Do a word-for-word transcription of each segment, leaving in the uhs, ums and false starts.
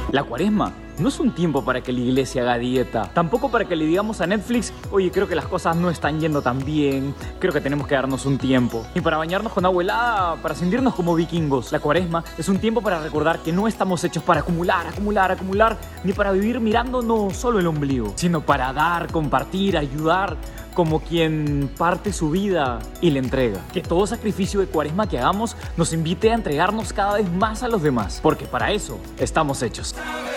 La cuaresma no es un tiempo para que la iglesia haga dieta, tampoco para que le digamos a Netflix, oye, creo que las cosas no están yendo tan bien, creo que tenemos que darnos un tiempo. Ni para bañarnos con agua helada, para sentirnos como vikingos. La cuaresma es un tiempo para recordar que no estamos hechos para acumular, acumular, acumular, ni para vivir mirándonos solo el ombligo, sino para dar, compartir, ayudar, como quien parte su vida y le entrega. Que todo sacrificio de cuaresma que hagamos nos invite a entregarnos cada vez más a los demás, porque para eso estamos hechos.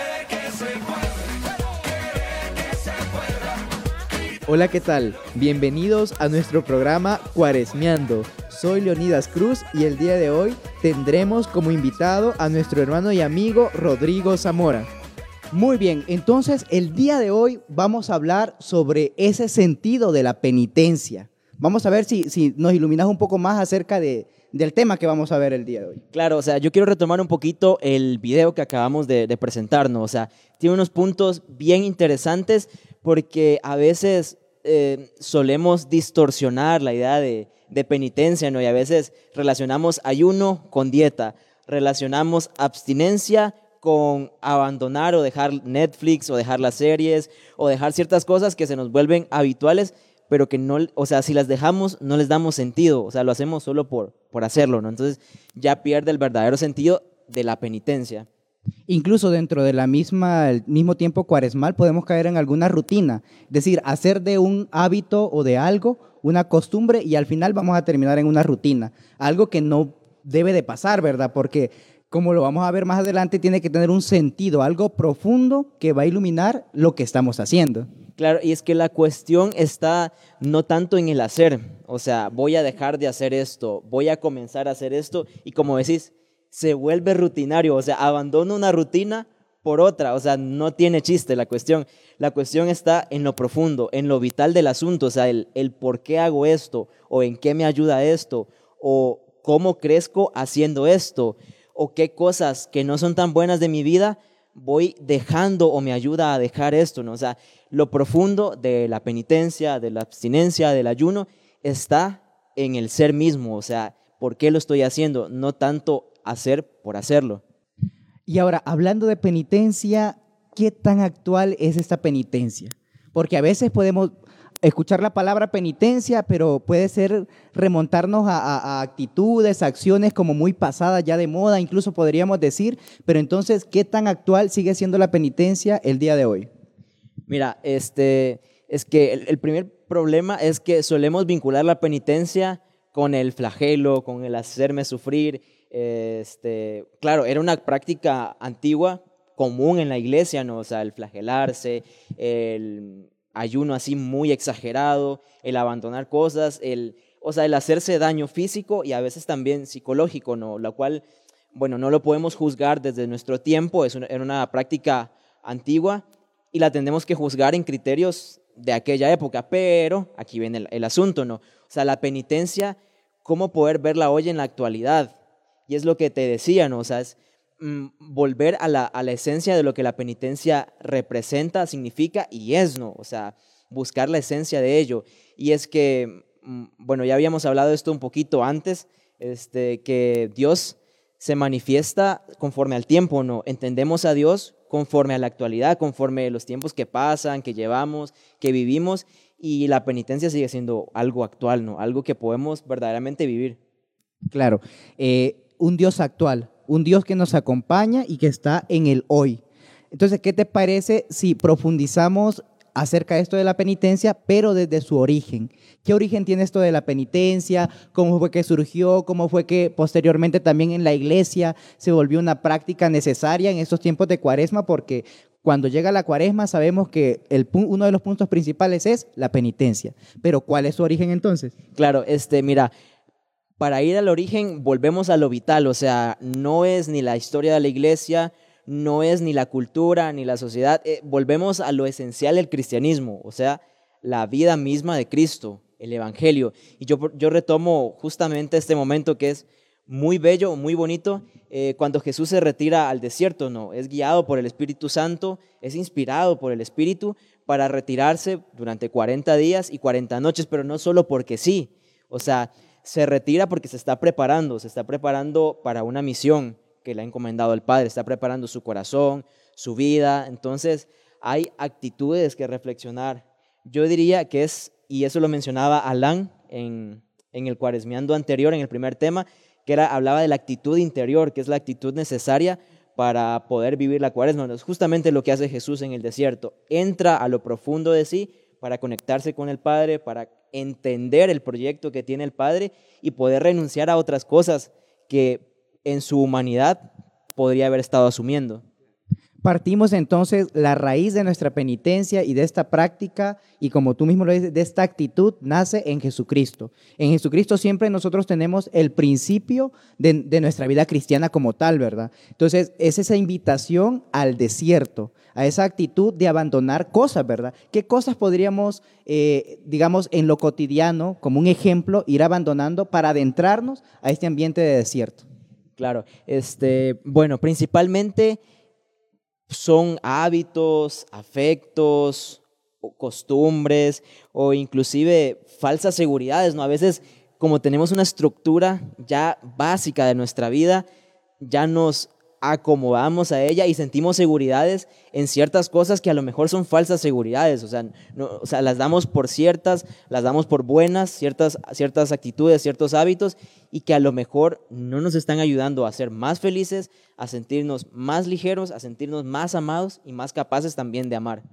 Hola, ¿qué tal? Bienvenidos a nuestro programa Cuaresmeando. Soy Leonidas Cruz y el día de hoy tendremos como invitado a nuestro hermano y amigo Rodrigo Zamora. Muy bien, entonces el día de hoy vamos a hablar sobre ese sentido de la penitencia. Vamos a ver si, si nos iluminas un poco más acerca de, del tema que vamos a ver el día de hoy. Claro, o sea, yo quiero retomar un poquito el video que acabamos de, de presentarnos. O sea, tiene unos puntos bien interesantes porque a veces eh, solemos distorsionar la idea de, de penitencia, ¿no? Y a veces relacionamos ayuno con dieta, relacionamos abstinencia con abandonar o dejar Netflix o dejar las series o dejar ciertas cosas que se nos vuelven habituales, pero que no, o sea, si las dejamos no les damos sentido, o sea, lo hacemos solo por, por hacerlo, ¿no? Entonces ya pierde el verdadero sentido de la penitencia. Incluso dentro de la misma, el mismo tiempo cuaresmal podemos caer en alguna rutina, es decir, hacer de un hábito o de algo una costumbre y al final vamos a terminar en una rutina, algo que no debe de pasar, ¿verdad? Porque como lo vamos a ver más adelante, tiene que tener un sentido, algo profundo que va a iluminar lo que estamos haciendo. Claro, y es que la cuestión está no tanto en el hacer, o sea, voy a dejar de hacer esto, voy a comenzar a hacer esto, y como decís, se vuelve rutinario, o sea, abandono una rutina por otra, o sea, no tiene chiste la cuestión. La cuestión está en lo profundo, en lo vital del asunto, o sea, el, el por qué hago esto, o en qué me ayuda esto, o cómo crezco haciendo esto, o qué cosas que no son tan buenas de mi vida voy dejando o me ayuda a dejar esto, ¿no? O sea, lo profundo de la penitencia, de la abstinencia, del ayuno, está en el ser mismo, o sea, ¿por qué lo estoy haciendo? No tanto hacer por hacerlo. Y ahora, hablando de penitencia, ¿qué tan actual es esta penitencia? Porque a veces podemos escuchar la palabra penitencia, pero puede ser remontarnos a, a, a actitudes, acciones como muy pasadas, ya de moda, incluso podríamos decir, pero entonces, ¿qué tan actual sigue siendo la penitencia el día de hoy? Mira, este, es que el, el primer problema es que solemos vincular la penitencia con el flagelo, con el hacerme sufrir. Este, claro, era una práctica antigua, común en la iglesia, ¿no? O sea, el flagelarse, el ayuno así muy exagerado, el abandonar cosas, el, o sea, el hacerse daño físico y a veces también psicológico, ¿no? Lo cual, bueno, no lo podemos juzgar desde nuestro tiempo, es una, era una práctica antigua y la tenemos que juzgar en criterios de aquella época, pero aquí viene el, el asunto, ¿no? O sea, la penitencia, ¿cómo poder verla hoy en la actualidad? Y es lo que te decía, ¿no? O sea, es volver a la, a la esencia de lo que la penitencia representa, significa y es, ¿no? O sea, buscar la esencia de ello. Y es que, bueno, ya habíamos hablado de esto un poquito antes, este, que Dios se manifiesta conforme al tiempo, ¿no? Entendemos a Dios conforme a la actualidad, conforme a los tiempos que pasan, que llevamos, que vivimos, y la penitencia sigue siendo algo actual, ¿no? Algo que podemos verdaderamente vivir. Claro, eh, un Dios actual, un Dios que nos acompaña y que está en el hoy. Entonces, ¿qué te parece si profundizamos acerca de esto de la penitencia, pero desde su origen? ¿Qué origen tiene esto de la penitencia? ¿Cómo fue que surgió? ¿Cómo fue que posteriormente también en la iglesia se volvió una práctica necesaria en estos tiempos de cuaresma? Porque cuando llega la cuaresma sabemos que el, uno de los puntos principales es la penitencia. Pero ¿cuál es su origen entonces? Claro, este, mira, para ir al origen volvemos a lo vital, o sea, no es ni la historia de la iglesia, no es ni la cultura, ni la sociedad, eh, volvemos a lo esencial del cristianismo, o sea, la vida misma de Cristo, el evangelio. Y yo, yo retomo justamente este momento que es muy bello, muy bonito, eh, cuando Jesús se retira al desierto, ¿no? Es guiado por el Espíritu Santo, es inspirado por el Espíritu para retirarse durante cuarenta días y cuarenta noches, pero no solo porque sí, o sea, se retira porque se está preparando, se está preparando para una misión que le ha encomendado el Padre, está preparando su corazón, su vida. Entonces, hay actitudes que reflexionar. Yo diría que es, y eso lo mencionaba Alan en, en el Cuaresmeando anterior, en el primer tema, que era, hablaba de la actitud interior, que es la actitud necesaria para poder vivir la Cuaresma. Es justamente lo que hace Jesús en el desierto. Entra a lo profundo de sí para conectarse con el Padre, para entender el proyecto que tiene el Padre y poder renunciar a otras cosas que en su humanidad podría haber estado asumiendo. Partimos entonces la raíz de nuestra penitencia y de esta práctica, y como tú mismo lo dices, de esta actitud nace en Jesucristo. En Jesucristo siempre nosotros tenemos el principio de, de nuestra vida cristiana como tal, ¿verdad? Entonces es esa invitación al desierto, a esa actitud de abandonar cosas, ¿verdad? ¿Qué cosas podríamos, eh, digamos, en lo cotidiano, como un ejemplo, ir abandonando para adentrarnos a este ambiente de desierto? Claro, este, bueno, principalmente son hábitos, afectos, o costumbres o inclusive falsas seguridades, ¿no? A veces, como tenemos una estructura ya básica de nuestra vida, ya nos acomodamos a ella y sentimos seguridades en ciertas cosas que a lo mejor son falsas seguridades, o sea, no, o sea, las damos por ciertas, las damos por buenas, ciertas, ciertas actitudes, ciertos hábitos, y que a lo mejor no nos están ayudando a ser más felices, a sentirnos más ligeros, a sentirnos más amados y más capaces también de amar.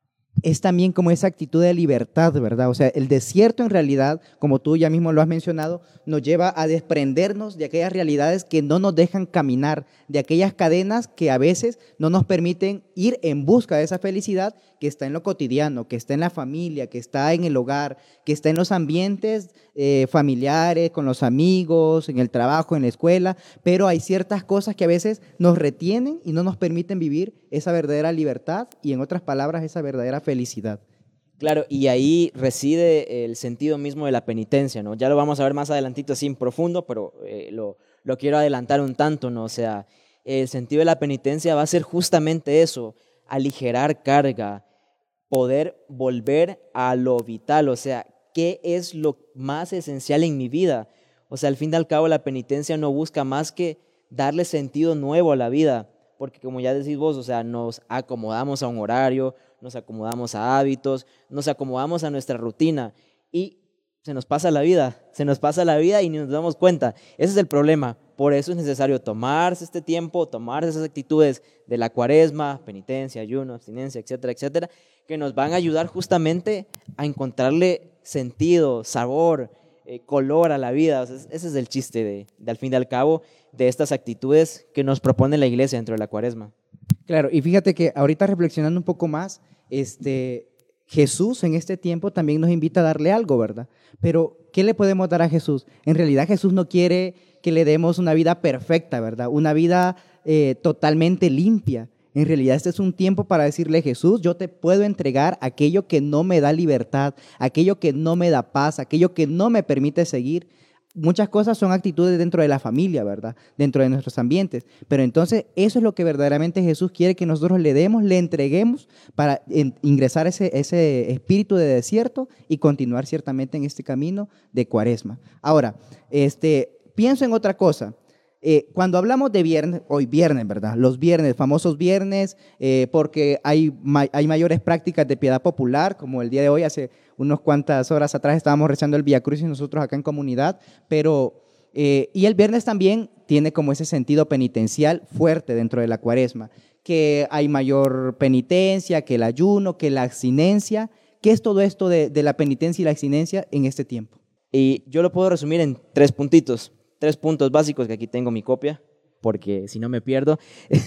Es también como esa actitud de libertad, ¿verdad? O sea, el desierto en realidad, como tú ya mismo lo has mencionado, nos lleva a desprendernos de aquellas realidades que no nos dejan caminar, de aquellas cadenas que a veces no nos permiten ir en busca de esa felicidad que está en lo cotidiano, que está en la familia, que está en el hogar, que está en los ambientes eh, familiares, con los amigos, en el trabajo, en la escuela, pero hay ciertas cosas que a veces nos retienen y no nos permiten vivir esa verdadera libertad y, en otras palabras, esa verdadera felicidad. Claro, y ahí reside el sentido mismo de la penitencia, ¿no? Ya lo vamos a ver más adelantito así en profundo, pero eh, lo, lo quiero adelantar un tanto, ¿no? O sea, el sentido de la penitencia va a ser justamente eso, aligerar carga, poder volver a lo vital, o sea, ¿qué es lo más esencial en mi vida? O sea, al fin y al cabo la penitencia no busca más que darle sentido nuevo a la vida, porque como ya decís vos, o sea, nos acomodamos a un horario, nos acomodamos a hábitos, nos acomodamos a nuestra rutina y se nos pasa la vida, se nos pasa la vida y ni nos damos cuenta. Ese es el problema. Por eso es necesario tomarse este tiempo, tomarse esas actitudes de la Cuaresma, penitencia, ayuno, abstinencia, etcétera, etcétera, que nos van a ayudar justamente a encontrarle sentido, sabor, eh, color a la vida. O sea, ese es el chiste de, de, al fin y al cabo, de estas actitudes que nos propone la Iglesia dentro de la Cuaresma. Claro, y fíjate que ahorita reflexionando un poco más, este, Jesús en este tiempo también nos invita a darle algo, ¿verdad? Pero, ¿qué le podemos dar a Jesús? En realidad Jesús no quiere que le demos una vida perfecta, ¿verdad? Una vida eh, totalmente limpia. En realidad este es un tiempo para decirle, Jesús, yo te puedo entregar aquello que no me da libertad, aquello que no me da paz, aquello que no me permite seguir. Muchas cosas son actitudes dentro de la familia, ¿verdad? Dentro de nuestros ambientes. Pero entonces eso es lo que verdaderamente Jesús quiere que nosotros le demos, le entreguemos para en, ingresar ese, ese espíritu de desierto y continuar ciertamente en este camino de Cuaresma. Ahora, este, pienso en otra cosa. Eh, cuando hablamos de viernes, hoy viernes, ¿verdad? Los viernes, famosos viernes, eh, porque hay, ma hay mayores prácticas de piedad popular, como el día de hoy, hace unas cuantas horas atrás estábamos rezando el Vía Crucis nosotros acá en comunidad, pero, eh, y el viernes también tiene como ese sentido penitencial fuerte dentro de la Cuaresma, que hay mayor penitencia, que el ayuno, que la abstinencia. ¿Qué es todo esto de, de la penitencia y la abstinencia en este tiempo? Y yo lo puedo resumir en tres puntitos. Tres puntos básicos, que aquí tengo mi copia, porque si no me pierdo.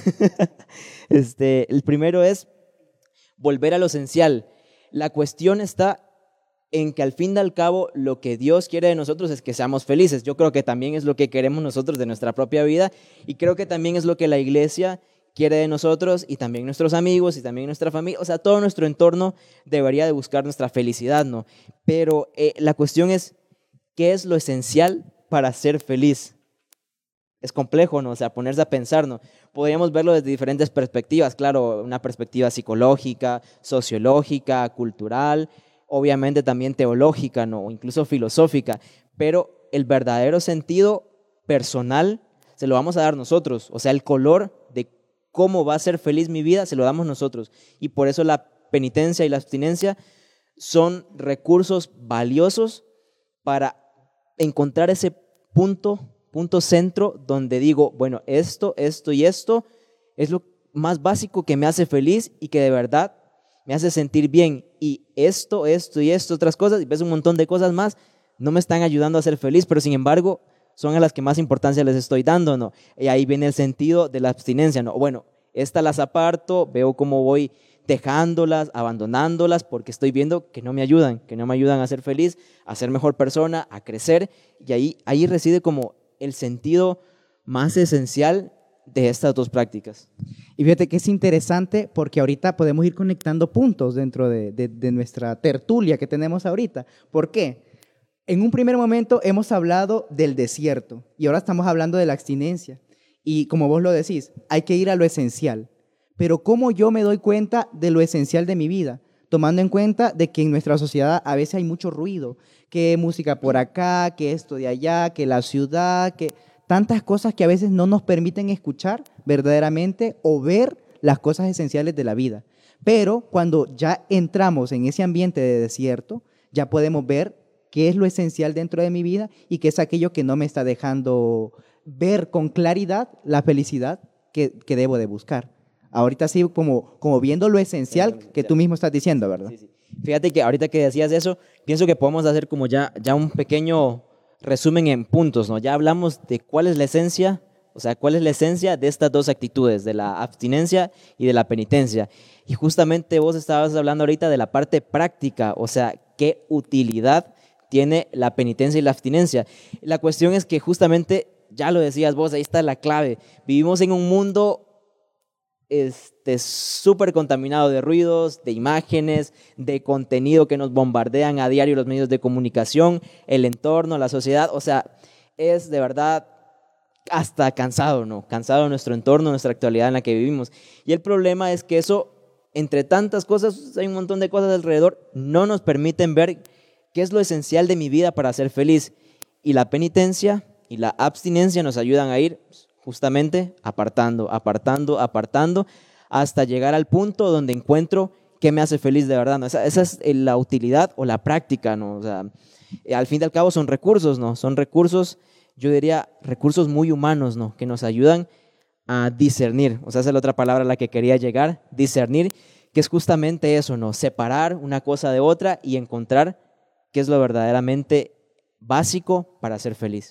este, el primero es volver a lo esencial. La cuestión está en que al fin y al cabo lo que Dios quiere de nosotros es que seamos felices. Yo creo que también es lo que queremos nosotros de nuestra propia vida y creo que también es lo que la Iglesia quiere de nosotros y también nuestros amigos y también nuestra familia. O sea, todo nuestro entorno debería de buscar nuestra felicidad, ¿no? Pero eh, la cuestión es, ¿qué es lo esencial para ser feliz? Es complejo, ¿no? O sea, ponerse a pensar, ¿no? Podríamos verlo desde diferentes perspectivas, claro, una perspectiva psicológica, sociológica, cultural, obviamente también teológica, ¿no? O incluso filosófica, pero el verdadero sentido personal se lo vamos a dar nosotros, o sea, el color de cómo va a ser feliz mi vida, se lo damos nosotros. Y por eso la penitencia y la abstinencia son recursos valiosos para encontrar ese punto, punto centro donde digo, bueno, esto, esto y esto es lo más básico que me hace feliz y que de verdad me hace sentir bien. Y esto, esto y esto, otras cosas, y ves un montón de cosas más, no me están ayudando a ser feliz, pero sin embargo son a las que más importancia les estoy dando, ¿no? Y ahí viene el sentido de la abstinencia, ¿no? Bueno, estas las aparto, veo cómo voy dejándolas, abandonándolas, porque estoy viendo que no me ayudan, que no me ayudan a ser feliz, a ser mejor persona, a crecer, y ahí, ahí reside como el sentido más esencial de estas dos prácticas. Y fíjate que es interesante porque ahorita podemos ir conectando puntos dentro de, de, de nuestra tertulia que tenemos ahorita. ¿Por qué? En un primer momento hemos hablado del desierto y ahora estamos hablando de la abstinencia. Y como vos lo decís, hay que ir a lo esencial. Pero ¿cómo yo me doy cuenta de lo esencial de mi vida? Tomando en cuenta de que en nuestra sociedad a veces hay mucho ruido, que música por acá, que esto de allá, que la ciudad, que tantas cosas que a veces no nos permiten escuchar verdaderamente o ver las cosas esenciales de la vida. Pero cuando ya entramos en ese ambiente de desierto, ya podemos ver qué es lo esencial dentro de mi vida y qué es aquello que no me está dejando ver con claridad la felicidad que, que debo de buscar. Ahorita sí, como, como viendo lo esencial que tú mismo estás diciendo, ¿verdad? Sí, sí. Fíjate que ahorita que decías eso, pienso que podemos hacer como ya, ya un pequeño resumen en puntos, ¿no? Ya hablamos de cuál es la esencia, o sea, cuál es la esencia de estas dos actitudes, de la abstinencia y de la penitencia. Y justamente vos estabas hablando ahorita de la parte práctica, o sea, qué utilidad tiene la penitencia y la abstinencia. La cuestión es que justamente, ya lo decías vos, ahí está la clave. Vivimos en un mundo este, súper contaminado de ruidos, de imágenes, de contenido que nos bombardean a diario los medios de comunicación, el entorno, la sociedad. O sea, es de verdad hasta cansado, ¿no? Cansado de nuestro entorno, nuestra actualidad en la que vivimos. Y el problema es que eso, entre tantas cosas, hay un montón de cosas alrededor, no nos permiten ver qué es lo esencial de mi vida para ser feliz. Y la penitencia y la abstinencia nos ayudan a ir justamente apartando, apartando, apartando, hasta llegar al punto donde encuentro qué me hace feliz de verdad, ¿no? Esa, esa es la utilidad o la práctica, ¿no? O sea, al fin y al cabo son recursos, ¿no? Son recursos, yo diría, recursos muy humanos, ¿no? Que nos ayudan a discernir. O sea, esa es la otra palabra a la que quería llegar, discernir, que es justamente eso, ¿no? Separar una cosa de otra y encontrar qué es lo verdaderamente básico para ser feliz.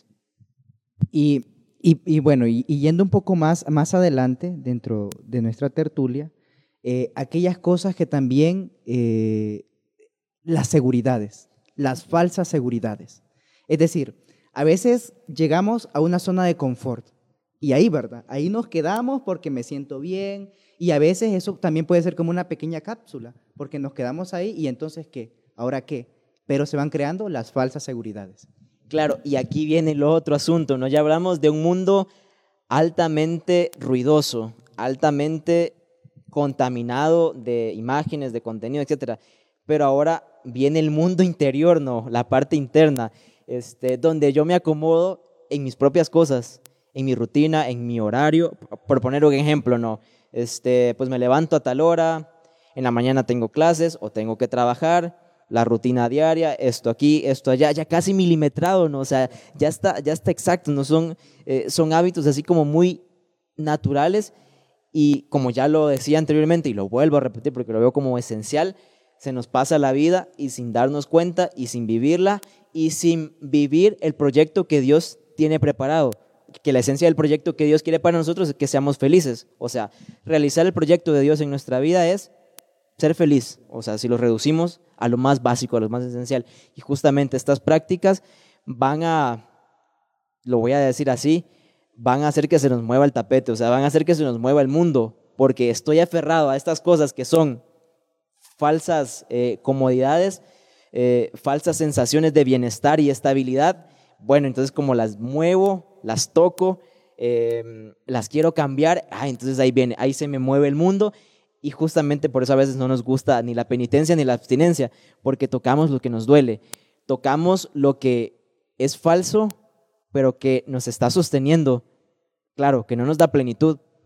Y, y, y bueno, y, y yendo un poco más, más adelante dentro de nuestra tertulia, eh, aquellas cosas que también, eh, las seguridades, las falsas seguridades. Es decir, a veces llegamos a una zona de confort y ahí, ¿verdad? Ahí nos quedamos porque me siento bien y a veces eso también puede ser como una pequeña cápsula porque nos quedamos ahí y entonces, ¿qué? ¿Ahora qué? Pero se van creando las falsas seguridades. Claro, y aquí viene el otro asunto, ¿no? Ya hablamos de un mundo altamente ruidoso, altamente contaminado de imágenes, de contenido, etcétera. Pero ahora viene el mundo interior, ¿no? La parte interna, este, donde yo me acomodo en mis propias cosas, en mi rutina, en mi horario. Por poner un ejemplo, ¿no? Este, pues me levanto a tal hora, en la mañana tengo clases o tengo que trabajar, la rutina diaria, esto aquí, esto allá, ya casi milimetrado, ¿no? O sea, ya está, ya está exacto, ¿no? Son, eh, son hábitos así como muy naturales y como ya lo decía anteriormente y lo vuelvo a repetir porque lo veo como esencial, se nos pasa la vida y sin darnos cuenta y sin vivirla y sin vivir el proyecto que Dios tiene preparado, que la esencia del proyecto que Dios quiere para nosotros es que seamos felices. O sea, realizar el proyecto de Dios en nuestra vida es ser feliz, o sea, si lo reducimos a lo más básico, a lo más esencial. Y justamente estas prácticas van a, lo voy a decir así, van a hacer que se nos mueva el tapete, o sea, van a hacer que se nos mueva el mundo, porque estoy aferrado a estas cosas que son falsas eh, comodidades, eh, falsas sensaciones de bienestar y estabilidad. Bueno, entonces como las muevo, las toco, eh, las quiero cambiar, ah, entonces ahí viene, ahí se me mueve el mundo. Y justamente por eso a veces no nos gusta ni la penitencia ni la abstinencia, porque tocamos lo que nos duele, tocamos lo que es falso, pero que nos está sosteniendo, claro, que no nos da plenitud,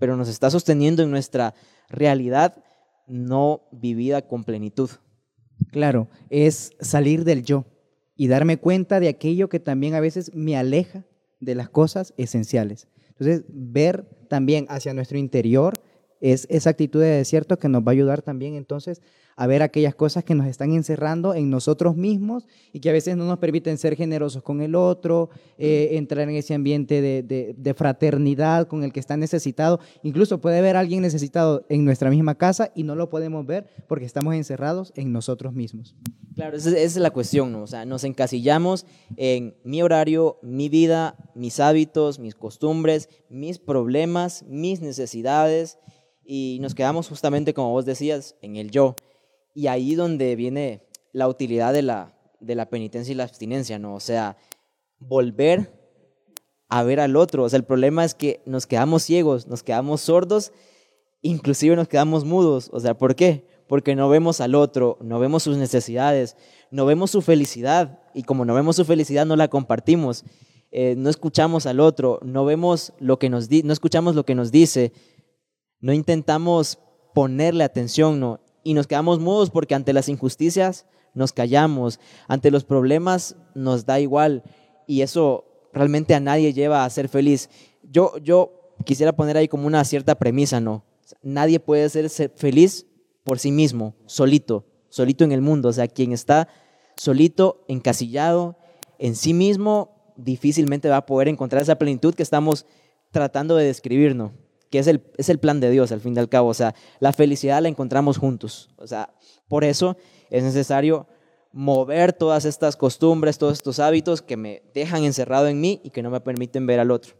pero nos está sosteniendo en nuestra realidad no vivida con plenitud. Claro, es salir del yo y darme cuenta de aquello que también a veces me aleja de las cosas esenciales. Entonces, ver también hacia nuestro interior es esa actitud de desierto que nos va a ayudar también entonces a ver aquellas cosas que nos están encerrando en nosotros mismos y que a veces no nos permiten ser generosos con el otro, eh, entrar en ese ambiente de, de, de fraternidad con el que está necesitado. Incluso puede haber alguien necesitado en nuestra misma casa y no lo podemos ver porque estamos encerrados en nosotros mismos. Claro, esa, esa es la cuestión, ¿no? O sea, nos encasillamos en mi horario, mi vida, mis hábitos, mis costumbres, mis problemas, mis necesidades, y nos quedamos justamente, como vos decías, en el yo. Y ahí donde viene la utilidad de la, de la penitencia y la abstinencia, ¿no? O sea, volver a ver al otro. O sea, el problema es que nos quedamos ciegos, nos quedamos sordos, inclusive nos quedamos mudos. O sea, ¿por qué? Porque no vemos al otro, no vemos sus necesidades, no vemos su felicidad. Y como no vemos su felicidad, no la compartimos. Eh, no escuchamos al otro, no vemos lo que nos di- no escuchamos lo que nos dice, no intentamos ponerle atención, ¿no? Y nos quedamos mudos porque ante las injusticias nos callamos, ante los problemas nos da igual, y eso realmente a nadie lleva a ser feliz. Yo, yo quisiera poner ahí como una cierta premisa, ¿no? Nadie puede ser feliz por sí mismo, solito, solito en el mundo. O sea, quien está solito, encasillado en sí mismo, difícilmente va a poder encontrar esa plenitud que estamos tratando de describir, ¿no? Que es el, es el plan de Dios, al fin y al cabo. O sea, la felicidad la encontramos juntos. O sea, por eso es necesario mover todas estas costumbres, todos estos hábitos que me dejan encerrado en mí y que no me permiten ver al otro.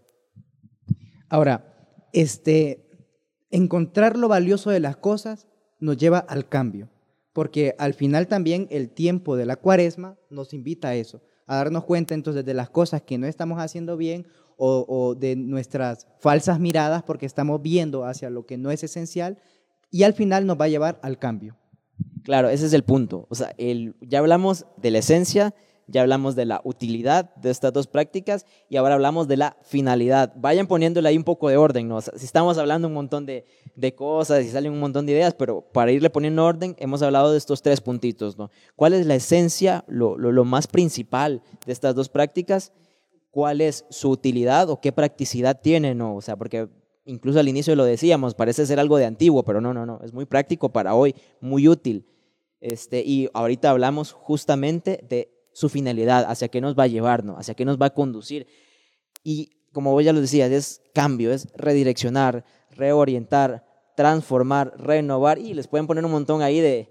Ahora, este, encontrar lo valioso de las cosas nos lleva al cambio, porque al final también el tiempo de la Cuaresma nos invita a eso, a darnos cuenta entonces de las cosas que no estamos haciendo bien o, o de nuestras falsas miradas porque estamos viendo hacia lo que no es esencial, y al final nos va a llevar al cambio. Claro, ese es el punto. O sea, el, ya hablamos de la esencia, ya hablamos de la utilidad de estas dos prácticas y ahora hablamos de la finalidad. Vayan poniéndole ahí un poco de orden, ¿no? O sea, si estamos hablando un montón de, de cosas y salen un montón de ideas, pero para irle poniendo orden hemos hablado de estos tres puntitos, ¿no? ¿Cuál es la esencia, lo, lo, lo más principal de estas dos prácticas? ¿Cuál es su utilidad o qué practicidad tiene, ¿no? O sea, porque incluso al inicio lo decíamos, parece ser algo de antiguo, pero no, no, no, es muy práctico para hoy, muy útil. Este, y ahorita hablamos justamente de su finalidad, hacia qué nos va a llevar, ¿no? Hacia qué nos va a conducir. Y como vos ya lo decías, es cambio, es redireccionar, reorientar, transformar, renovar, y les pueden poner un montón ahí de,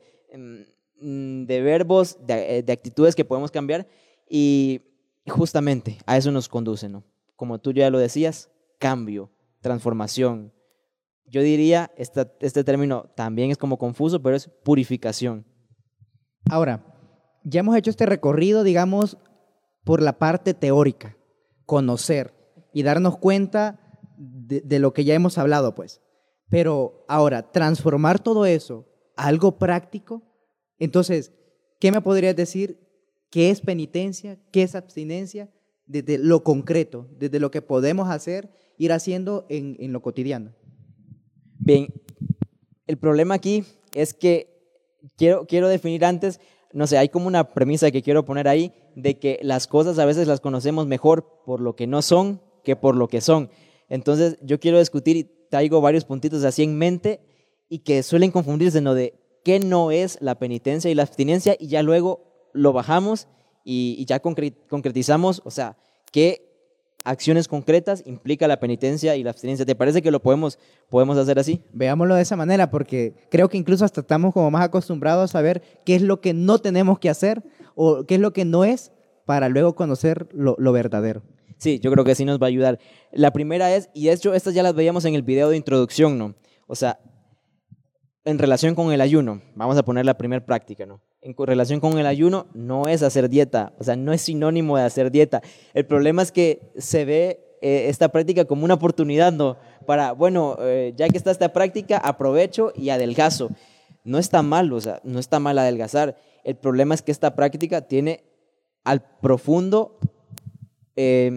de verbos, de, de actitudes que podemos cambiar, y justamente a eso nos conduce, ¿no? Como tú ya lo decías, cambio, transformación. Yo diría, esta, este término también es como confuso, pero es purificación. Ahora, ya hemos hecho este recorrido, digamos, por la parte teórica, conocer y darnos cuenta de, de lo que ya hemos hablado, pues. Pero ahora, transformar todo eso a algo práctico, entonces, ¿qué me podrías decir? ¿Qué es penitencia? ¿Qué es abstinencia? Desde lo concreto, desde lo que podemos hacer, ir haciendo en, en lo cotidiano. Bien, el problema aquí es que quiero, quiero definir antes, no sé, hay como una premisa que quiero poner ahí, de que las cosas a veces las conocemos mejor por lo que no son que por lo que son. Entonces yo quiero discutir y traigo varios puntitos así en mente y que suelen confundirse, ¿no? De qué no es la penitencia y la abstinencia, y ya luego lo bajamos y, y ya concre- concretizamos, o sea, qué acciones concretas implica la penitencia y la abstinencia. ¿Te parece que lo podemos, podemos hacer así? Veámoslo de esa manera, porque creo que incluso hasta estamos como más acostumbrados a saber qué es lo que no tenemos que hacer o qué es lo que no es, para luego conocer lo, lo verdadero. Sí, yo creo que sí nos va a ayudar. La primera es, y de hecho estas ya las veíamos en el video de introducción, ¿no? O sea, en relación con el ayuno, vamos a poner la primera práctica, ¿no? En relación con el ayuno, no es hacer dieta, o sea, no es sinónimo de hacer dieta. El problema es que se ve eh, esta práctica como una oportunidad, ¿no? Para, bueno, eh, ya que está esta práctica, aprovecho y adelgazo. No está mal, o sea, no está mal adelgazar. El problema es que esta práctica tiene al profundo, eh,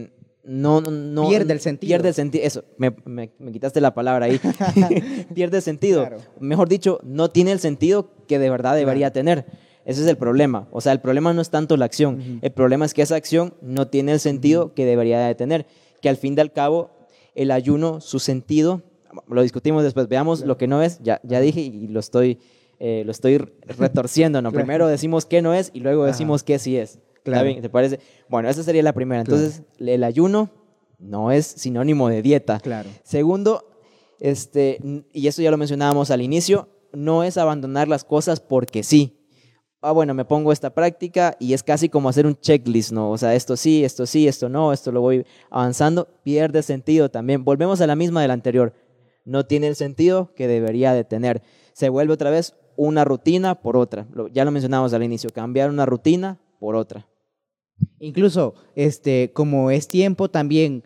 no, no, no... Pierde el sentido. Pierde el sentido, eso, me, me, me quitaste la palabra ahí. Pierde el sentido. Claro. Mejor dicho, no tiene el sentido que de verdad debería Claro. tener. Ese es el problema. O sea, el problema no es tanto la acción. Ujú. El problema es que esa acción no tiene el sentido Ujú. que debería de tener. Que al fin y al cabo, el ayuno, su sentido, lo discutimos después. Veamos Claro. lo que no es. Ya, ya dije y lo estoy, eh, lo estoy retorciendo, ¿no? Claro. Primero decimos qué no es y luego Ajá. decimos qué sí es. ¿Está Claro. bien? ¿Te parece? Bueno, esa sería la primera. Entonces, el ayuno no es sinónimo de dieta. Claro. Segundo, este, y eso ya lo mencionábamos al inicio, no es abandonar las cosas porque sí. Ah, bueno, me pongo esta práctica y es casi como hacer un checklist, ¿no? O sea, esto sí, esto sí, esto no, esto lo voy avanzando, pierde sentido también. Volvemos a la misma del anterior. No tiene el sentido que debería de tener. Se vuelve otra vez una rutina por otra. Lo, ya lo mencionamos al inicio, cambiar una rutina por otra. Incluso, este, como es tiempo también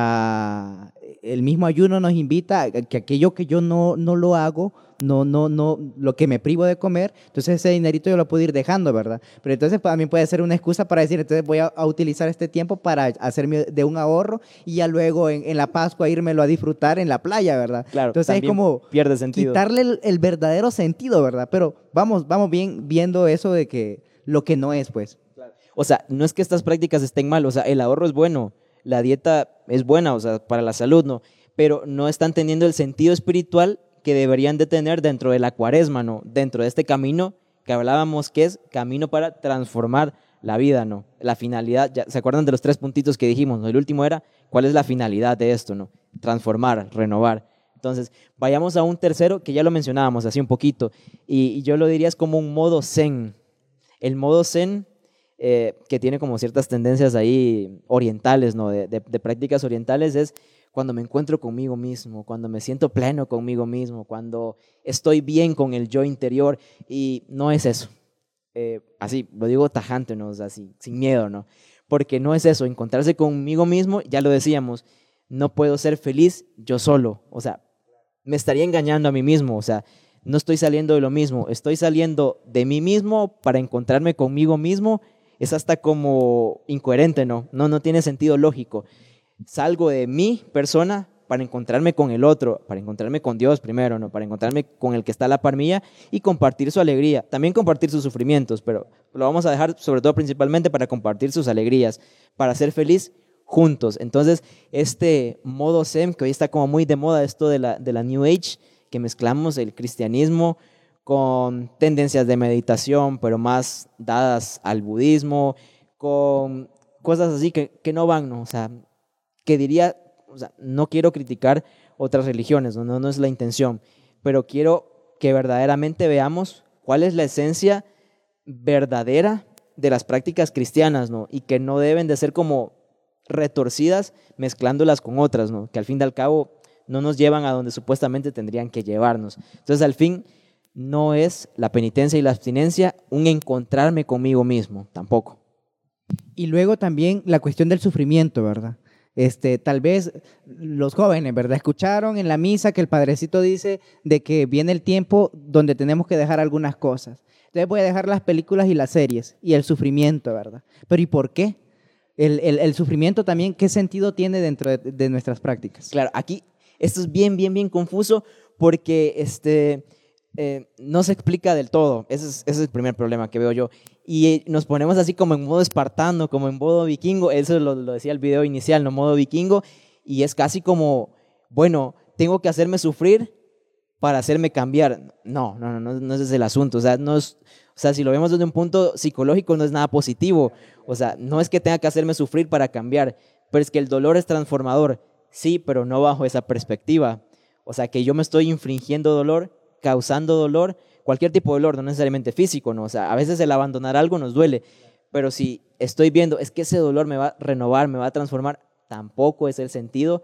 para el mismo ayuno nos invita a que aquello que yo no, no lo hago, no, no, no, lo que me privo de comer, entonces ese dinerito yo lo puedo ir dejando, ¿verdad? Pero entonces también puede ser una excusa para decir, entonces voy a, a utilizar este tiempo para hacerme de un ahorro y ya luego en, en la Pascua írmelo a disfrutar en la playa, ¿verdad? Claro, entonces es también como pierde sentido. quitarle el, el verdadero sentido, ¿verdad? Pero vamos, vamos bien viendo eso de que lo que no es, pues. O sea, no es que estas prácticas estén mal, o sea, el ahorro es bueno, la dieta es buena, o sea, para la salud, ¿no? Pero no están teniendo el sentido espiritual que deberían de tener dentro de la cuaresma, ¿no? Dentro de este camino que hablábamos que es camino para transformar la vida, ¿no? La finalidad, ya, ¿se acuerdan de los tres puntitos que dijimos, ¿no? El último era, ¿cuál es la finalidad de esto, ¿no? Transformar, renovar. Entonces, vayamos a un tercero que ya lo mencionábamos así un poquito, y, y yo lo diría es como un modo zen. El modo zen... Eh, que tiene como ciertas tendencias ahí orientales, ¿no? De, de, de prácticas orientales, es cuando me encuentro conmigo mismo, cuando me siento pleno conmigo mismo, cuando estoy bien con el yo interior, y no es eso. Eh, así, lo digo tajante, ¿no? O sea, así, sin miedo, ¿no? Porque no es eso, encontrarse conmigo mismo, ya lo decíamos, no puedo ser feliz yo solo, o sea, me estaría engañando a mí mismo, o sea, no estoy saliendo de lo mismo, estoy saliendo de mí mismo para encontrarme conmigo mismo. Es hasta como incoherente, ¿no? No, no tiene sentido lógico. Salgo de mi persona para encontrarme con el otro, para encontrarme con Dios primero, ¿no? Para encontrarme con el que está a la par mía y compartir su alegría. También compartir sus sufrimientos, pero lo vamos a dejar sobre todo principalmente para compartir sus alegrías, para ser feliz juntos. Entonces, este modo zen, que hoy está como muy de moda, esto de la, de la New Age, que mezclamos el cristianismo con tendencias de meditación, pero más dadas al budismo, con cosas así que, que no van, ¿no? O sea, que diría, o sea, no quiero criticar otras religiones, ¿no? No, no es la intención, pero quiero que verdaderamente veamos cuál es la esencia verdadera de las prácticas cristianas, ¿no? Y que no deben de ser como retorcidas mezclándolas con otras, ¿no? Que al fin y al cabo no nos llevan a donde supuestamente tendrían que llevarnos. Entonces, al fin, no es la penitencia y la abstinencia un encontrarme conmigo mismo, tampoco. Y luego también la cuestión del sufrimiento, ¿verdad? Este, tal vez los jóvenes, ¿verdad? Escucharon en la misa que el padrecito dice de que viene el tiempo donde tenemos que dejar algunas cosas. Entonces voy a dejar las películas y las series y el sufrimiento, ¿verdad? Pero ¿y por qué? El, el, el sufrimiento también, ¿qué sentido tiene dentro de, de nuestras prácticas? Claro, aquí esto es bien, bien, bien confuso porque este... Eh, no se explica del todo, ese es, ese es el primer problema que veo yo, y eh, nos ponemos así como en modo espartano, como en modo vikingo, eso lo, lo decía el video inicial, no modo vikingo, y es casi como, bueno, tengo que hacerme sufrir para hacerme cambiar. No, no, no, no, no ese es el asunto, o sea, no es, o sea, si lo vemos desde un punto psicológico no es nada positivo, o sea, no es que tenga que hacerme sufrir para cambiar, pero es que el dolor es transformador, sí, pero no bajo esa perspectiva, o sea, que yo me estoy infringiendo dolor, causando dolor, cualquier tipo de dolor, no necesariamente físico, ¿no? O sea, a veces el abandonar algo nos duele, pero si estoy viendo, es que ese dolor me va a renovar, me va a transformar, tampoco es el sentido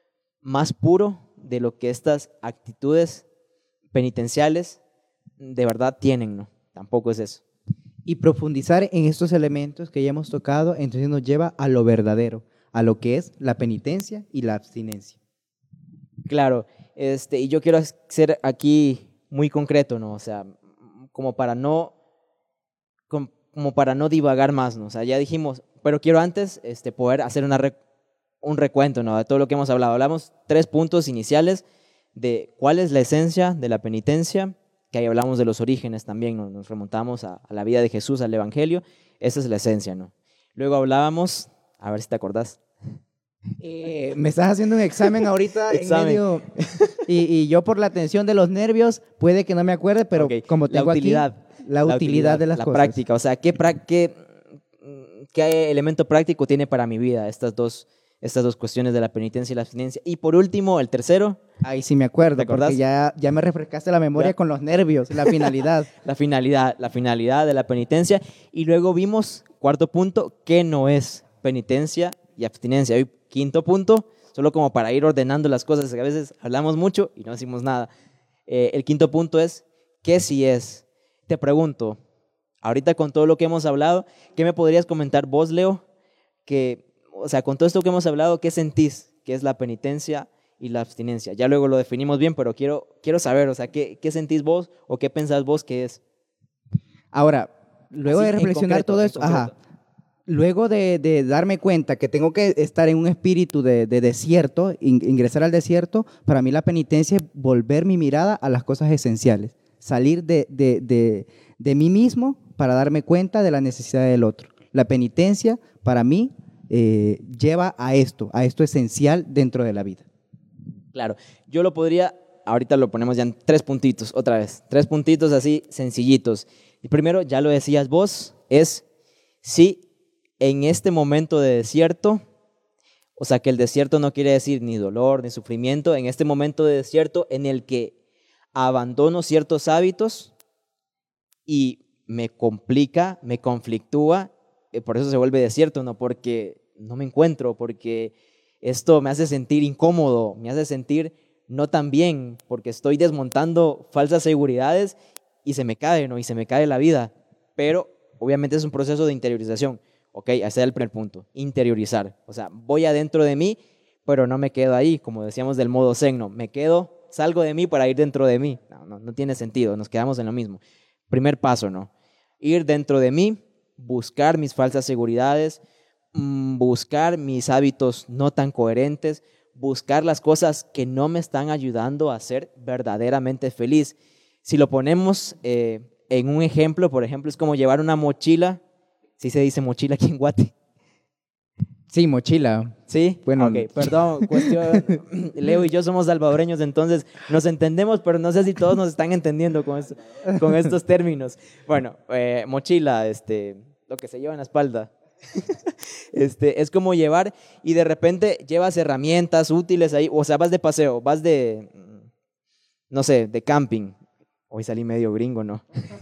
más puro de lo que estas actitudes penitenciales de verdad tienen, ¿no? Tampoco es eso. Y profundizar en estos elementos que ya hemos tocado, entonces nos lleva a lo verdadero, a lo que es la penitencia y la abstinencia. Claro, este, y yo quiero ser aquí muy concreto, ¿no? O sea, como para no, como para no divagar más, ¿no? O sea, ya dijimos, pero quiero antes este, poder hacer una, re, un recuento, ¿no?, de todo lo que hemos hablado. Hablamos tres puntos iniciales de cuál es la esencia de la penitencia, que ahí hablamos de los orígenes también, ¿no? Nos remontamos a, a la vida de Jesús, al Evangelio. Esa es la esencia, ¿no? Luego hablábamos, a ver si te acordás. Eh, me estás haciendo un examen ahorita Examen. en medio y, y yo por la tensión de los nervios puede que no me acuerde, pero Okay. como tengo la utilidad, aquí la, utilidad, utilidad de las la cosas. práctica, o sea, ¿qué, pra- qué, qué elemento práctico tiene para mi vida estas dos, estas dos cuestiones de la penitencia y la abstinencia? Y por último, el tercero, Ahí sí me acuerdo, ¿te acordás? porque ya, ya me refrescaste la memoria ¿Ya? con los nervios, la finalidad. la finalidad, la finalidad de la penitencia. Y luego vimos, cuarto punto, qué no es penitencia y abstinencia. Hoy, quinto punto, solo como para ir ordenando las cosas, que a veces hablamos mucho y no decimos nada. Eh, el quinto punto es, ¿qué sí es? Te pregunto, ahorita con todo lo que hemos hablado, ¿qué me podrías comentar vos, Leo? Que, o sea, con todo esto que hemos hablado, ¿qué sentís que es la penitencia y la abstinencia? Ya luego lo definimos bien, pero quiero, quiero saber, o sea, ¿qué, qué sentís vos o qué pensás vos que es? Ahora, luego Así, de en reflexionar concreto, todo en esto, ajá, concreto. luego de, de darme cuenta que tengo que estar en un espíritu de, de desierto, in- ingresar al desierto, para mí la penitencia es volver mi mirada a las cosas esenciales, salir de, de, de, de mí mismo para darme cuenta de la necesidad del otro. La penitencia, para mí, eh, lleva a esto, a esto esencial dentro de la vida. Claro, yo lo podría, ahorita lo ponemos ya en tres puntitos, otra vez, tres puntitos así sencillitos. Y primero, ya lo decías vos, es si en este momento de desierto, o sea que el desierto no quiere decir ni dolor, ni sufrimiento, en este momento de desierto en el que abandono ciertos hábitos y me complica, me conflictúa, eh, por eso se vuelve desierto, ¿no? Porque no me encuentro, porque esto me hace sentir incómodo, me hace sentir no tan bien, porque estoy desmontando falsas seguridades y se me cae, ¿no? Y se me cae la vida. Pero obviamente es un proceso de interiorización. Ok, ese es el primer punto, interiorizar. O sea, voy adentro de mí, pero no me quedo ahí, como decíamos del modo zen, no. Me quedo, salgo de mí para ir dentro de mí. No, no, no tiene sentido, nos quedamos en lo mismo. Primer paso, ¿no? Ir dentro de mí, buscar mis falsas seguridades, buscar mis hábitos no tan coherentes, buscar las cosas que no me están ayudando a ser verdaderamente feliz. Si lo ponemos eh, en un ejemplo, por ejemplo, es como llevar una mochila. ¿Sí se dice mochila aquí en Guate? Sí, mochila. Sí, Bueno, ok, perdón, cuestión, Leo y yo somos salvadoreños, entonces nos entendemos, pero no sé si todos nos están entendiendo con, esto, con estos términos. Bueno, eh, mochila, este, lo que se lleva en la espalda. Este, es como llevar y de repente llevas herramientas útiles ahí, o sea, vas de paseo, vas de, no sé, de camping. Hoy salí medio gringo, ¿no?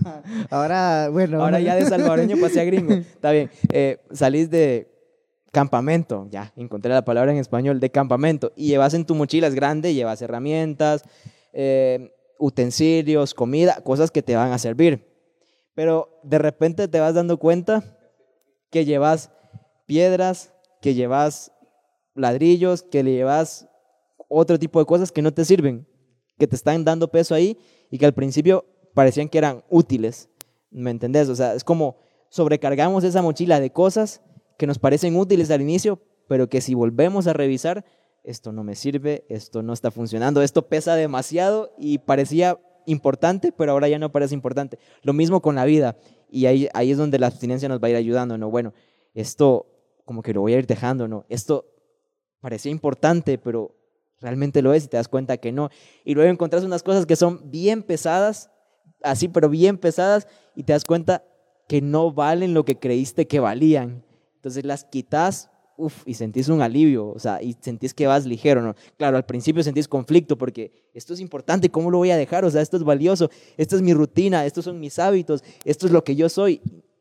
Ahora, bueno. Ahora ya de salvadoreño pasé a gringo. Está bien. Eh, salís de campamento, ya, encontré la palabra en español, de campamento. Y llevas en tu mochila, es grande, llevas herramientas, eh, utensilios, comida, cosas que te van a servir. Pero de repente te vas dando cuenta que llevas piedras, que llevas ladrillos, que le llevas otro tipo de cosas que no te sirven, que te están dando peso ahí y que al principio parecían que eran útiles, ¿me entendés? O sea, es como sobrecargamos esa mochila de cosas que nos parecen útiles al inicio, pero que si volvemos a revisar, esto no me sirve, esto no está funcionando, esto pesa demasiado y parecía importante, pero ahora ya no parece importante. Lo mismo con la vida, y ahí, ahí es donde la abstinencia nos va a ir ayudando, ¿no? Bueno, esto como que lo voy a ir dejando, ¿no? Esto parecía importante, pero realmente lo es y te das cuenta que no. Y luego encontrás unas cosas que son bien pesadas, así, pero bien pesadas, y te das cuenta que no valen lo que creíste que valían. Entonces las quitas, uf, y sentís un alivio, o sea, y sentís que vas ligero, ¿no? Claro, al principio sentís conflicto porque esto es importante, ¿cómo lo voy a dejar? O sea, esto es valioso, esto es mi rutina, estos son mis hábitos, esto es lo que yo soy.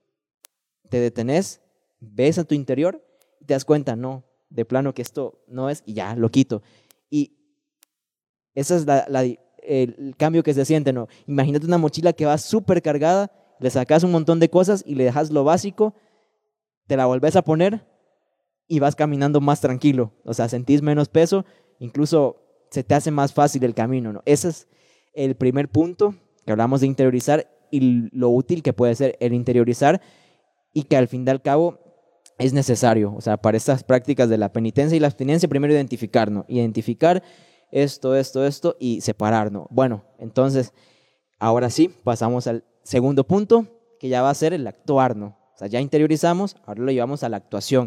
Te detenés, ves a tu interior y te das cuenta, no, de plano que esto no es, y ya, lo quito. Y ese es la, la, el cambio que se siente, ¿no? Imagínate una mochila que va súper cargada, le sacas un montón de cosas y le dejas lo básico, te la volvés a poner y vas caminando más tranquilo, o sea, sentís menos peso, incluso se te hace más fácil el camino, ¿no? Ese es el primer punto que hablamos de interiorizar y lo útil que puede ser el interiorizar y que al fin y al cabo es necesario, o sea, para estas prácticas de la penitencia y la abstinencia, primero identificar, ¿no? Identificar esto, esto, esto y separar, ¿no? Bueno, entonces, ahora sí, pasamos al segundo punto, que ya va a ser el actuar, ¿no? O sea, ya interiorizamos, ahora lo llevamos a la actuación.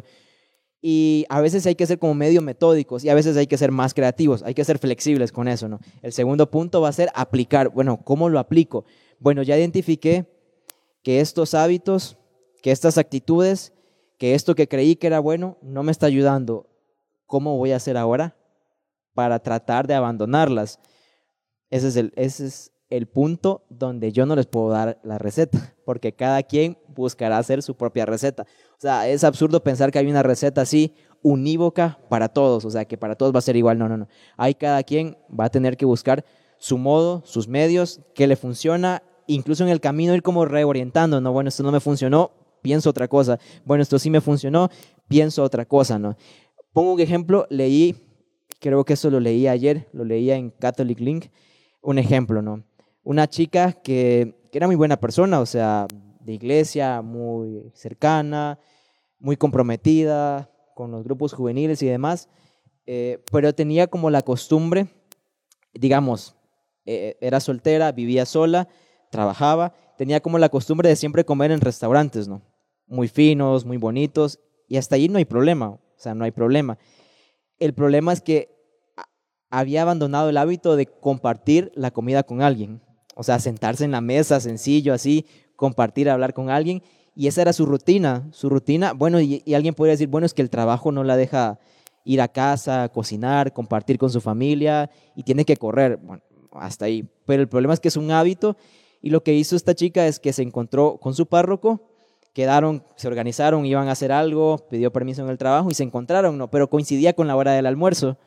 Y a veces hay que ser como medio metódicos y a veces hay que ser más creativos, hay que ser flexibles con eso, ¿no? El segundo punto va a ser aplicar. Bueno, ¿cómo lo aplico? Bueno, ya identifiqué que estos hábitos, que estas actitudes, que esto que creí que era bueno, no me está ayudando. ¿Cómo voy a hacer ahora para tratar de abandonarlas? Ese es el, ese es el punto donde yo no les puedo dar la receta, porque cada quien buscará hacer su propia receta. O sea, es absurdo pensar que hay una receta así unívoca para todos, o sea, que para todos va a ser igual. No, no, no. Ahí cada quien va a tener que buscar su modo, sus medios, qué le funciona, incluso en el camino ir como reorientando, ¿no? Bueno, esto no me funcionó, pienso otra cosa. Bueno, esto sí me funcionó, pienso otra cosa, ¿no? Pongo un ejemplo, leí, creo que eso lo leí ayer, lo leía en Catholic Link, un ejemplo, ¿no? Una chica que, que era muy buena persona, o sea, de iglesia, muy cercana, muy comprometida con los grupos juveniles y demás, eh, pero tenía como la costumbre, digamos, eh, era soltera, vivía sola, trabajaba, tenía como la costumbre de siempre comer en restaurantes, ¿no? Muy finos, muy bonitos, y hasta ahí no hay problema, o sea, no hay problema. El problema es que había abandonado el hábito de compartir la comida con alguien, o sea, sentarse en la mesa, sencillo, así, compartir, hablar con alguien, y esa era su rutina, su rutina, bueno, y, y alguien podría decir, bueno, es que el trabajo no la deja ir a casa, cocinar, compartir con su familia, y tiene que correr, bueno, hasta ahí, pero el problema es que es un hábito, y lo que hizo esta chica es que se encontró con su párroco, quedaron, se organizaron, iban a hacer algo, pidió permiso en el trabajo, y se encontraron, ¿no? Pero coincidía con la hora del almuerzo,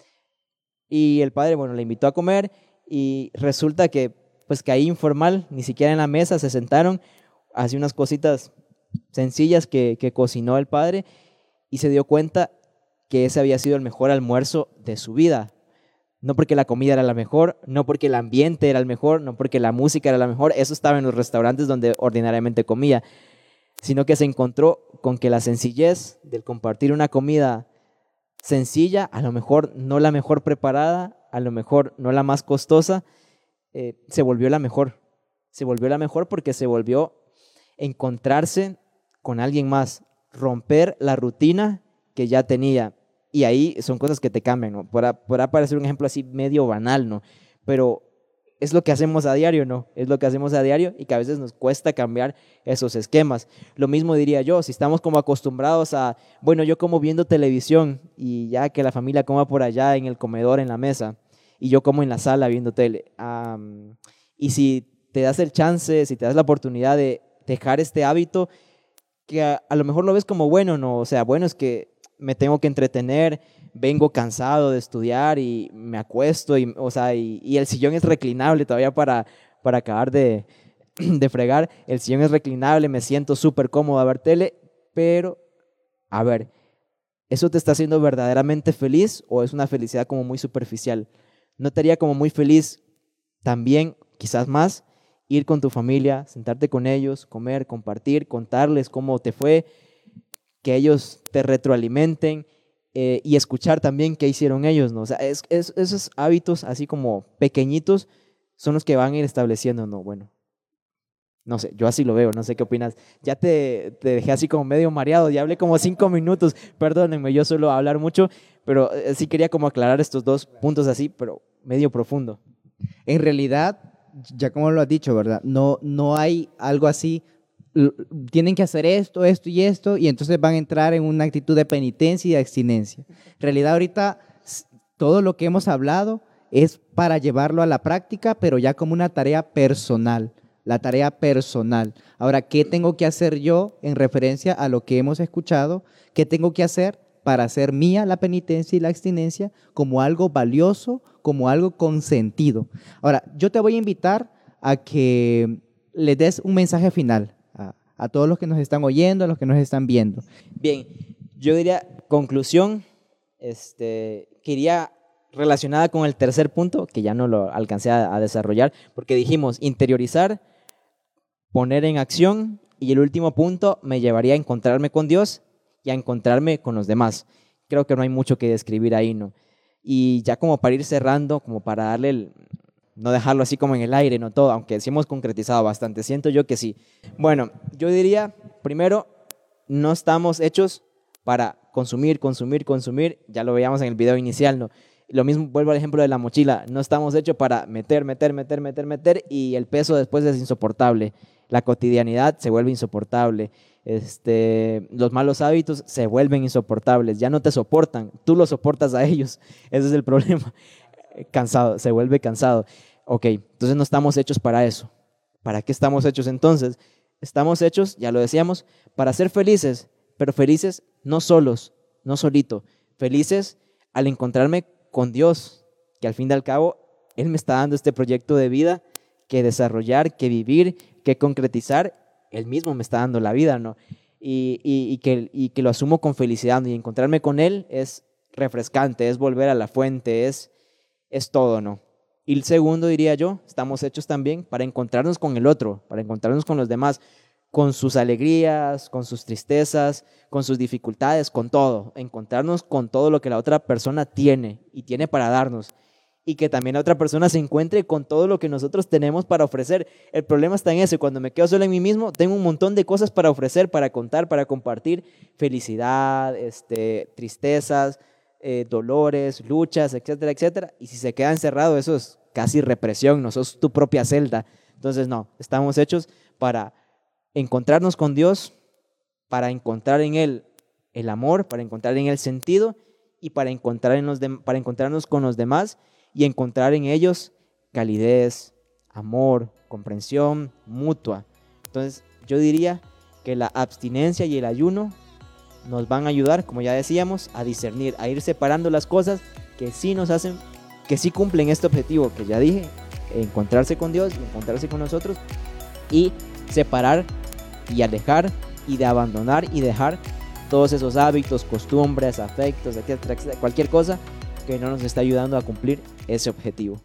y el padre, bueno, le invitó a comer, y resulta que pues que ahí informal, ni siquiera en la mesa, se sentaron, hacía unas cositas sencillas que, que cocinó el padre y se dio cuenta que ese había sido el mejor almuerzo de su vida. No porque la comida era la mejor, no porque el ambiente era el mejor, no porque la música era la mejor, eso estaba en los restaurantes donde ordinariamente comía, sino que se encontró con que la sencillez del compartir una comida sencilla, a lo mejor no la mejor preparada, a lo mejor no la más costosa, Eh, se volvió la mejor, se volvió la mejor porque se volvió encontrarse con alguien más, romper la rutina que ya tenía, y ahí son cosas que te cambian, ¿no? Podrá, podrá parecer un ejemplo así medio banal, ¿no? Pero es lo que hacemos a diario, ¿no? Es lo que hacemos a diario y que a veces nos cuesta cambiar esos esquemas. Lo mismo diría yo, si estamos como acostumbrados a, bueno, yo como viendo televisión y ya que la familia coma por allá en el comedor, en la mesa, y yo como en la sala viendo tele. Um, y si te das el chance, si te das la oportunidad de dejar este hábito, que a, a lo mejor lo ves como bueno, ¿no? O sea, bueno, es que me tengo que entretener, vengo cansado de estudiar y me acuesto, y, o sea, y, y el sillón es reclinable todavía para, para acabar de, de fregar. El sillón es reclinable, me siento súper cómodo a ver tele, pero, a ver, ¿eso te está haciendo verdaderamente feliz o es una felicidad como muy superficial? ¿No te haría como muy feliz también, quizás más, ir con tu familia, sentarte con ellos, comer, compartir, contarles cómo te fue, que ellos te retroalimenten eh, y escuchar también qué hicieron ellos, ¿no? O sea, es, es, esos hábitos así como pequeñitos son los que van a ir estableciendo, ¿no? Bueno, no sé, yo así lo veo, no sé qué opinas. Ya te, te dejé así como medio mareado, ya hablé como cinco minutos, perdónenme, yo suelo hablar mucho, pero eh, sí quería como aclarar estos dos puntos así, pero medio profundo. En realidad, ya como lo has dicho, ¿verdad? No, no hay algo así, l- tienen que hacer esto, esto y esto, y entonces van a entrar en una actitud de penitencia y de abstinencia. En realidad ahorita s- todo lo que hemos hablado es para llevarlo a la práctica, pero ya como una tarea personal, la tarea personal. Ahora, ¿qué tengo que hacer yo en referencia a lo que hemos escuchado? ¿Qué tengo que hacer para hacer mía la penitencia y la abstinencia como algo valioso, como algo con sentido? Ahora, yo te voy a invitar a que le des un mensaje final a, a todos los que nos están oyendo, a los que nos están viendo. Bien, yo diría, conclusión, este, que iría relacionada con el tercer punto, que ya no lo alcancé a, a desarrollar, porque dijimos interiorizar, poner en acción, y el último punto me llevaría a encontrarme con Dios y a encontrarme con los demás. Creo que no hay mucho que describir ahí, ¿no? Y ya como para ir cerrando, como para darle el... no dejarlo así como en el aire, no todo, aunque sí hemos concretizado bastante, siento yo que sí. Bueno, yo diría, primero, no estamos hechos para consumir, consumir, consumir, ya lo veíamos en el video inicial, ¿no? Lo mismo, vuelvo al ejemplo de la mochila, no estamos hechos para meter, meter, meter, meter, meter, y el peso después es insoportable, la cotidianidad se vuelve insoportable, este, los malos hábitos se vuelven insoportables, ya no te soportan, tú los soportas a ellos, ese es el problema, cansado, se vuelve cansado. Ok, entonces no estamos hechos para eso. ¿Para qué estamos hechos entonces? Estamos hechos, ya lo decíamos, para ser felices, pero felices no solos, no solito, felices al encontrarme con Dios, que al fin y al cabo Él me está dando este proyecto de vida que desarrollar, que vivir, que concretizar, Él mismo me está dando la vida, ¿no? Y, y, y, que, y que lo asumo con felicidad, ¿no? Y encontrarme con Él es refrescante, es volver a la fuente, es, es todo, ¿no? Y el segundo, diría yo, estamos hechos también para encontrarnos con el otro, para encontrarnos con los demás, con sus alegrías, con sus tristezas, con sus dificultades, con todo. Encontrarnos con todo lo que la otra persona tiene y tiene para darnos. Y que también la otra persona se encuentre con todo lo que nosotros tenemos para ofrecer. El problema está en eso, cuando me quedo solo en mí mismo, tengo un montón de cosas para ofrecer, para contar, para compartir. Felicidad, este, tristezas, eh, dolores, luchas, etcétera, etcétera. Y si se queda encerrado, eso es casi represión, no sos tu propia celda. Entonces no, estamos hechos para encontrarnos con Dios, para encontrar en Él el amor, para encontrar en Él sentido y para, encontrar en los de, para encontrarnos con los demás y encontrar en ellos calidez, amor, comprensión mutua. Entonces yo diría que la abstinencia y el ayuno nos van a ayudar, como ya decíamos, a discernir, a ir separando las cosas que sí nos hacen, que sí cumplen este objetivo que ya dije, encontrarse con Dios y encontrarse con nosotros, y separar y alejar y de abandonar y dejar todos esos hábitos, costumbres, afectos, etcétera, etcétera, cualquier cosa que no nos está ayudando a cumplir ese objetivo.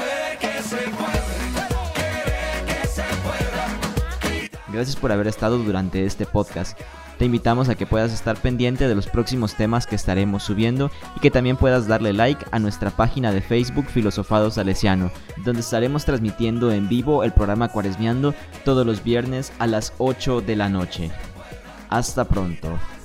Gracias por haber estado durante este podcast. Te invitamos a que puedas estar pendiente de los próximos temas que estaremos subiendo y que también puedas darle like a nuestra página de Facebook Filosofado Salesiano, donde estaremos transmitiendo en vivo el programa Cuaresmeando todos los viernes a las ocho de la noche. Hasta pronto.